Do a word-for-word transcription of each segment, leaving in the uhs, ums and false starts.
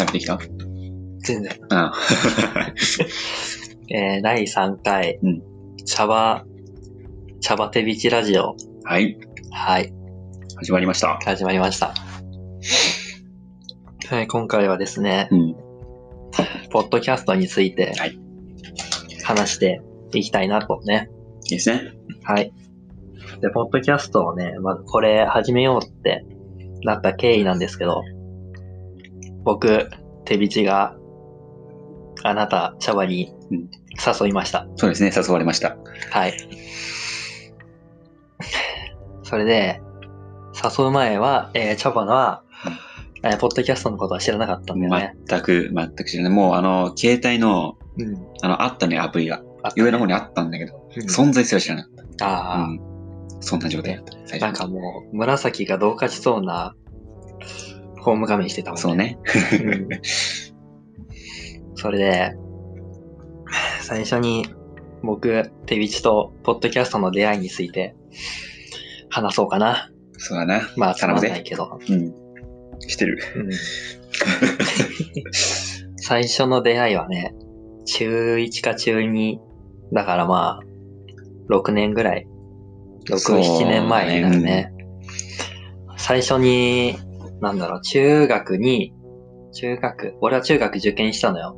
ってきた？ 全然。 ああえー、だいさんかい、 うん、 茶葉、茶葉手びちラジオ。 はい。 はい。 始まりました。 始まりました。はい、今回はですね、 うん。 ポッドキャストについてはい話していきたいなとね。 いいですね。 はい。で、ポッドキャストをね、まずこれ始めようってなった経緯なんですけど、僕、手びちがあなた、茶葉に誘いました。 そうですね、誘われました。 はい。それで、誘う前は、えー、茶葉は、えー、ポッドキャストのことは知らなかったんだよね。 全く、全く知らない。もう、あの、携帯の、 うん。 あの、あったね、アプリが。 あったね上の方にあったんだけど、 うん存在すら知らなかった。 ああ、 うん。そんな状態だった。最初なんかもう、紫がどうかしそうな、ホーム画面してたもんね。 そうね。 うん。それで、最初に、僕、手びちと、ポッドキャストの出会いについて、話そうかな。 そうだな。 まあ、つまん頼むぜないけど。 うん。してる。 うん。最初の出会いはね、中いちか中に、だからまあ、ろくねんぐらい、ろく、 そうだねななねんまえになるね。最初に、なんだろう、中学に、中学、俺は中学受験したのよ。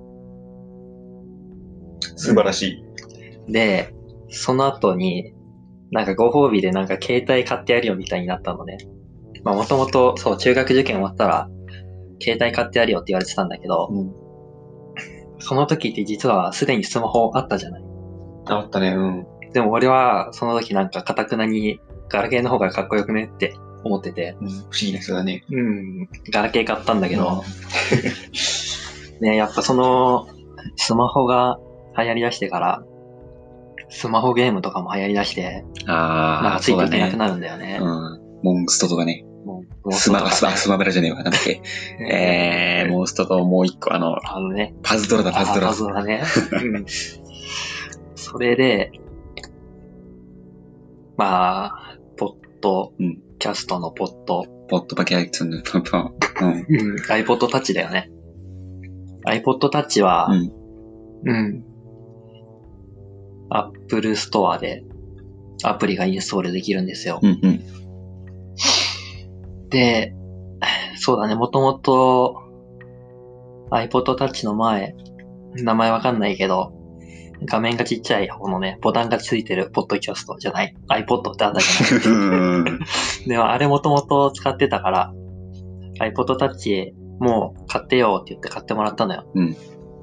素晴らしい。 で、その後に、なんかご褒美でなんか携帯買ってやるよみたいになったのね。まあもともと、そう、中学受験終わったら、携帯買ってやるよって言われてたんだけど、 うん。 その時って実はすでにスマホあったじゃない。 あったね、うん。 でも俺は、その時なんか堅くなに、ガラケーの方がかっこよくねって思ってて、 うん、不思議な人だね。 うん、ガラケー買ったんだけど、ね、やっぱその、スマホが流行り出してから、スマホゲームとかも流行り出して、 ああ、 なんかついていけなくる。 なるんだよね。 うん。モンストとかね。 もう、 スマ、スマ、 ねスマブラじゃねえわ。なんだっけ。えー、モンストともう一個、あの、 あのね、 パズドラだ、パズドラ。 パズドラね。うん。それで、まあ、ポッドうんキャストのポッド、 ポッドバキャイツのポッポうん。 うん、iPod Touch だよね。iPod Touch は、 うん。 うん、Apple Store でアプリがインストールできるんですよ。 うんうん。 で、そうだね、もともと iPod Touch の前、名前わかんないけど、画面がちっちゃい方のね、ボタンがついてるポッドキャストじゃない ?iPod ってあったじゃないでもあれもともと使ってたから、iPod Touch もう買ってよって言って買ってもらったのよ。 うん。 うん。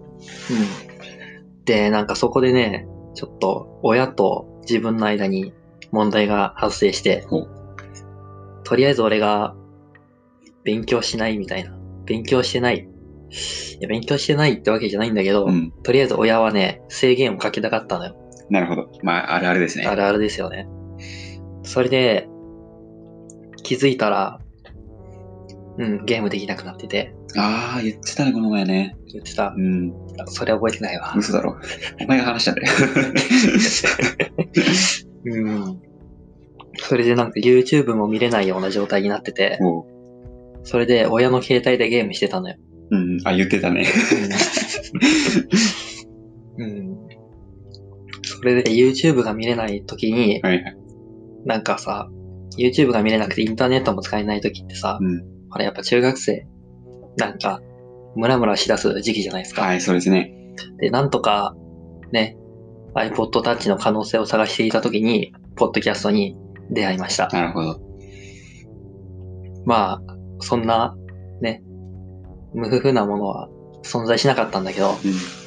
で、なんかそこでね、ちょっと親と自分の間に問題が発生して、 ほう。 とりあえず俺が勉強しないみたいな。勉強してない。いや、勉強してないってわけじゃないんだけど、 うん。 とりあえず親はね、制限をかけたかったのよ。 なるほど。まあ、あるあるですね。 あるあるですよね。それで、気づいたら、うん、ゲームできなくなってて、 ああ、言ってたね、この前ね。 言ってた。 うん。 それ覚えてないわ。 嘘だろ。お前が話したんだよ。 うん。それでなんか YouTube も見れないような状態になってて、 おう。 それで親の携帯でゲームしてたのよ。 うん。あ、言ってたね。 うん。うん。それで YouTube が見れない時に、 はいはい。 なんかさ、YouTube が見れなくてインターネットも使えない時ってさ、 うん。 あれやっぱ中学生、なんか、ムラムラしだす時期じゃないですか。 はい、そうですね。 で、なんとか、ね、iPod Touch の可能性を探していた時に、ポッドキャストに出会いました。 なるほど。 まあ、そんな、ね、無夫婦なものは存在しなかったんだけど、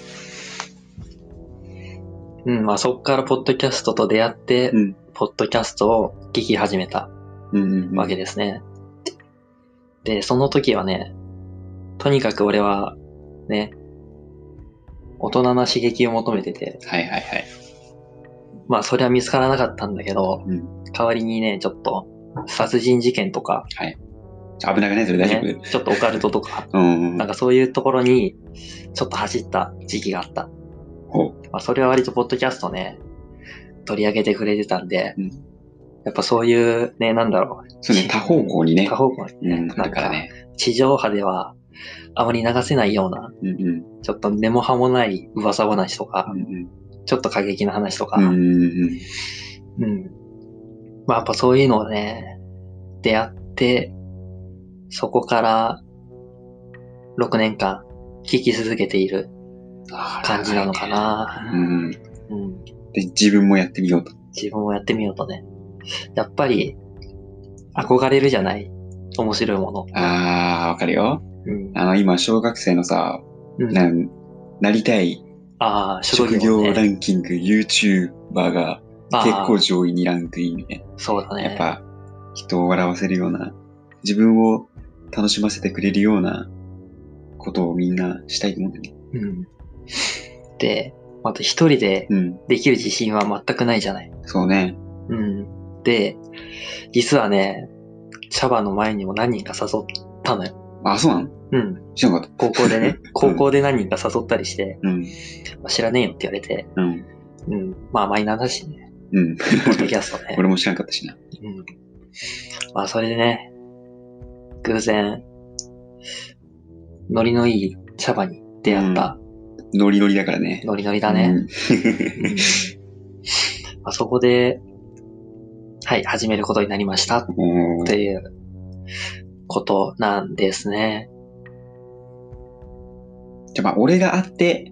うん。 うん、まあそっからポッドキャストと出会って、 うん。 ポッドキャストを聞き始めたうんうんうん。 わけですね。で、その時はね、とにかく俺は、ね、大人な刺激を求めてて、 はいはいはい。 まあそれは見つからなかったんだけど、 うん。 代わりにね、ちょっと、殺人事件とか、 はい。危なくないそれ大丈夫、 ね、ちょっとオカルトとか、 うん。 なんかそういうところに、ちょっと走った時期があった。 ほう。 まあそれは割とポッドキャストね、取り上げてくれてたんで、 うん。 やっぱそういうね、なんだろう。 そうね、多方向にね。 多方向にね、 うん、 なんかだからね。 地上波ではあまり流せないような、 うんうん。 ちょっと根も葉もない噂話とか、 うんうん。 ちょっと過激な話とか、 うんうんうん。 うん。まあやっぱそういうのをね、出会って、そこからろくねんかん聞き続けている感じなのかな。 うん。 うん。 で、自分もやってみようと。 自分もやってみようとね。やっぱり憧れるじゃない。面白いもの。 あー、わかるよ。 うん。 あの、今、小学生のさ、 うん、 なんなりたいああ、 職職業業ラね。 ンキング YouTuber が結構上位にランクインみたいな。 そうだね。 やっぱ、人を笑わせるような、自分を楽しませてくれるようなことをみんなしたいと思うんだよね。 うん。で、また一人でうん。 できる自信は全くないじゃない。 そうね。 うん。で、実はね、茶葉の前にも何人か誘ったのよ。 あ、そうなの？ うん。 知らなかった。 高校でね、高校で何人か誘ったりして、 うん。 まあ知らねえよって言われて、 うん。 うん。まあマイナーだしね、 うん。 ポッドキャストね。 俺も知らなかったしな。 うん。まあそれでね、偶然、ノリのいい茶葉に出会った、 ノリノリだからね。 ノリノリだね。 うん。 うんまあそこで、はい、始めることになりましたおー。 ということなんですね。 じゃあまあ、俺があって、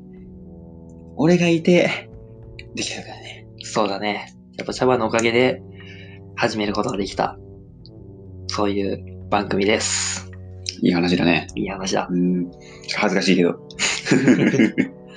俺がいて、できたからね。 そうだね。やっぱ茶葉のおかげで始めることができた。そういう番組です。 いい話だね。 いい話だう。ん。恥ずかしいけど。 うん。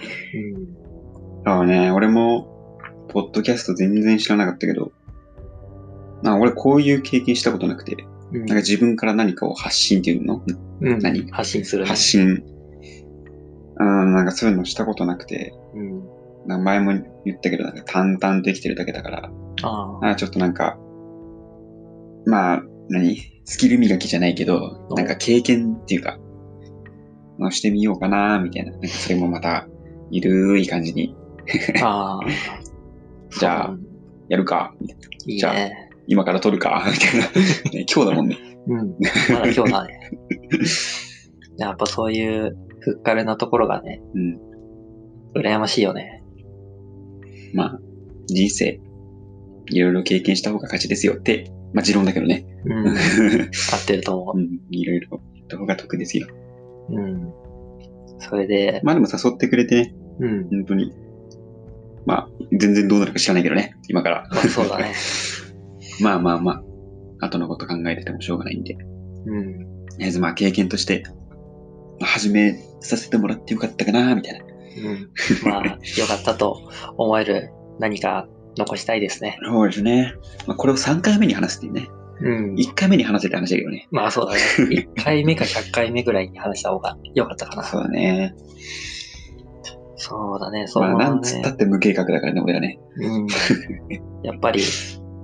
そうね、俺も、ポッドキャスト全然知らなかったけど、なんか俺こういう経験したことなくて、 うんなんか自分から何かを発信っていうの、 うん、 何発信するね。 発信。うん、なんかそういうのしたことなくて、 うん。 なんか前も言ったけど、なんか淡々と生きてるだけだから、 あなんかちょっとなんか、まあ、何スキル磨きじゃないけど、なんか経験っていうか、まあ、してみようかなみたいな。なんかそれもまた、ゆるい感じに、 あ。ああ。 じゃあそうやるかみたいな。 いいじゃあね。 今から撮るかみたいな。ね今日だもんね。 うん。まだ今日だね。やっぱそういうふっかるなところがね、 うん。 羨ましいよね。 まあ、人生、いろいろ経験した方が勝ちですよって、まあ持論だけどね。 うん。合ってると思うん、いろいろやった方が得ですよ。 う。うん。それで、 まあでも誘ってくれてね、 うん。 本当に。まあ、全然どうなるか知らないけどね、今から。 まあそうだね。 まあまあまあ、後のこと考えててもしょうがないんで。 うん。 とりあえずまあ経験として、まあ始めさせてもらってよかったかな、みたいな。 うん。まあ、よかったと思える何か残したいですね。 そうですね。まあこれをさんかいめに話すっていうね。 うん。 いっかいめに話せって話だけどね。 まあそうだね。いっかいめかひゃっかいめぐらいに話した方が良かったかな。 そうだね。 そうだね。そうまあだね。 なんつったって無計画だからね、俺らね。 うん。やっぱり、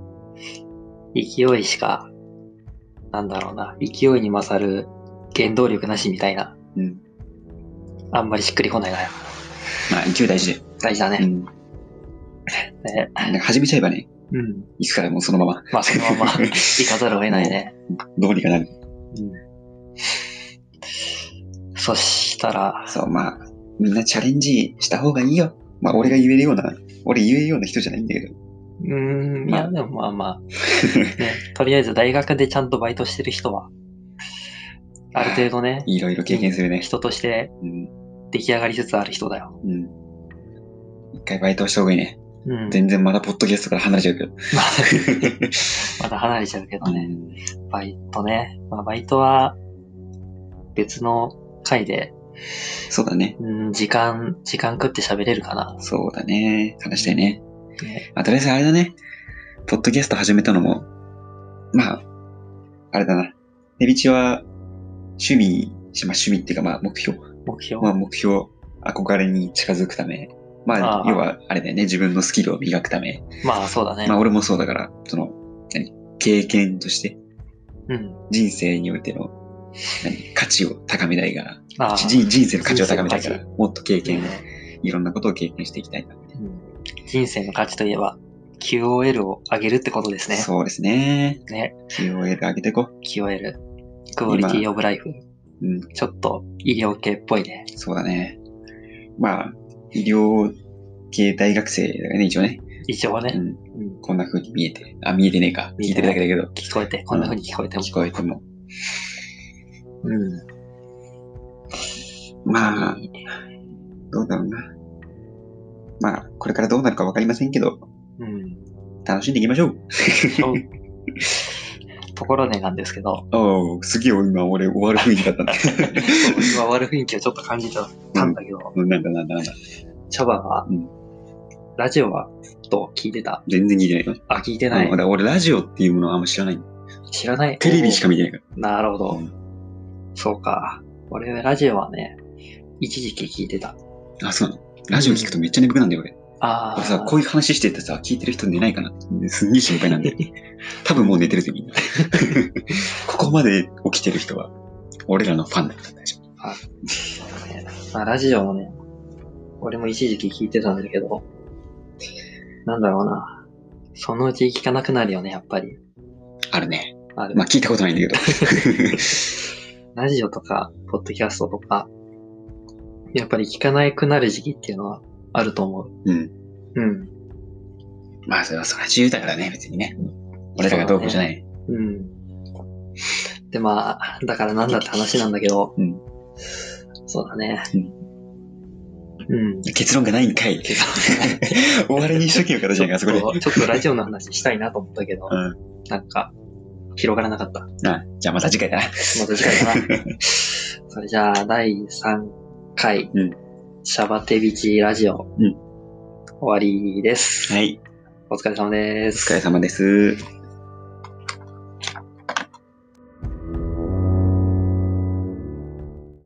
勢いしか、なんだろうな、勢いに勝る原動力なしみたいな、 うん。 あんまりしっくりこないな。 まあ勢い大事で。 大事だね。 うん。 ねなんか始めちゃえばね、 うん。 いつからもうそのまま。 まあそのまま行かざるを得ないね。 どうにかなる。 うん。そしたら、 そう、まあ、みんなチャレンジした方がいいよ。まあ俺が言えるような、俺言えるような人じゃないんだけど。 うーん、いまあやでもまあまあ、ね、とりあえず大学でちゃんとバイトしてる人は、ある程度ね、 いろいろ経験するね。 人としてうん。 出来上がりつつある人だよ。 うん。一回バイトした方がいいね。 うん。 全然まだポッドキャストから離れちゃうけど。 まあまだ離れちゃうけどね。バイトね。まあバイトは別の回で、 そうだね。 うん、時間、時間食って喋れるかな。 そうだね。話したいね。 ね、 まあ、とりあえずあれだね。ポッドキャスト始めたのも、まあ、あれだな。ネビチは、趣味、まあ趣味っていうかまあ目標。 目標、 まあ目標、憧れに近づくため。まあ、 ああ要はあれだよね。自分のスキルを磨くため。 まあそうだね。 まあ俺もそうだから、その、何経験として、 うん。 人生においての、何価値を高めたいから。 ああ人人生の価値を高めたいか人生ら、もっと経験、 いいねいろんなことを経験していきたいな。 うん人生の価値といえば、キューオーエル を上げるってことですね。 そうですね。 ね。 キューオーエル 上げていこう。 キューオーエル。クオリティオブライフ。 うん。 ちょっと医療系っぽいね。 そうだね。まあ、医療系大学生だからね、一応ね。 一応ね。 うん。 うん。 こんな風に見えて。あ、見えてねえか。聞いて見えてないるだけだけど。 聞こえて、こんな風に聞こえても。 聞こえても。 うん。 まあ、どうだろうな。まあ、これからどうなるかわかりませんけど、 うん。 楽しんでいきましょう。 そう。ところでなんですけど、 おう、すげえ今俺終わる雰囲気だったんだ。 そう今悪雰囲気をちょっと感じたんだけど、 うんなんだなんだなんだ。 茶葉は、 うんラジオはと聞いてた。 全然聞いてないよ。 あ、聞いてない。 うんだから俺ラジオっていうものはあんま知らない。 知らない。 テレビしか見てないかなるほど。 うんそうか。俺、ラジオはね、一時期聞いてた。 ら。あ、そうなの。ラジオ聞くとめっちゃ眠くなんだよ俺。 あ俺さ、こういう話しててさ、聞いてる人寝ないかなってすんげえ心配なんで。多分もう寝てるぜみんな。ここまで起きてる人は、俺らのファンだったんでしょ。 まあ、ラジオもね、俺も一時期聞いてたんだけど、なんだろうな。そのうち聞かなくなるよね、やっぱり。 あるね。 ある。 まあ聞いたことないんだけど。 ラジオとか、ポッドキャストとか、やっぱり聞かなくなる時期っていうのはあると思う。 うん。 うん。 まあそれはそれは自由だからね、別にね。俺らがどうこうじゃない。 うん。で、まあ、だからなんだって話なんだけど、 うん。 そうだね。 うん。 うん。 結論がないんかい。終わりにしとけよかったじゃんか、そこで。 ちょっとちょっとラジオの話したいなと思ったけど、 うん。 なんか、広がらなかった。 あ、じゃあまた次回だな。 また次回だな。それじゃあ、だいさんかい、 うんシャバテビチラジオ、 うん終わりです。 はい。 お疲れ様です。 お疲れ様です。